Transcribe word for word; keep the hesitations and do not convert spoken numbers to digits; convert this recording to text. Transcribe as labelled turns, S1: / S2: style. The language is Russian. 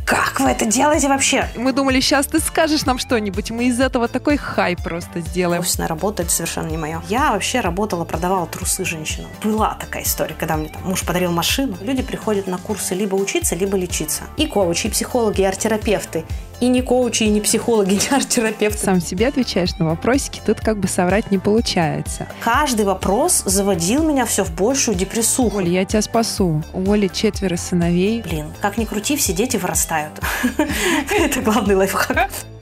S1: как вы это делаете вообще?
S2: Мы думали, сейчас ты скажешь нам что-нибудь, мы из этого такой хай просто сделаем.
S1: Офисная работа — это совершенно не мое. Я вообще работала, продавала трусы женщинам. Была такая история, когда мне там муж подарил машину. Люди приходят на курсы либо учиться, либо лечиться. И коучи, и психологи, и арт-терапевты. И не коучи, и не психологи, и не арт-терапевты.
S2: Сам себе отвечаешь на вопросики, тут как бы соврать не получается.
S1: Каждый вопрос заводил меня все в большую депрессуху.
S2: Оль, я тебя спасу. У Оли четверо сыновей.
S1: Блин, как ни крути, все дети вырастают. Это главный лайфхак.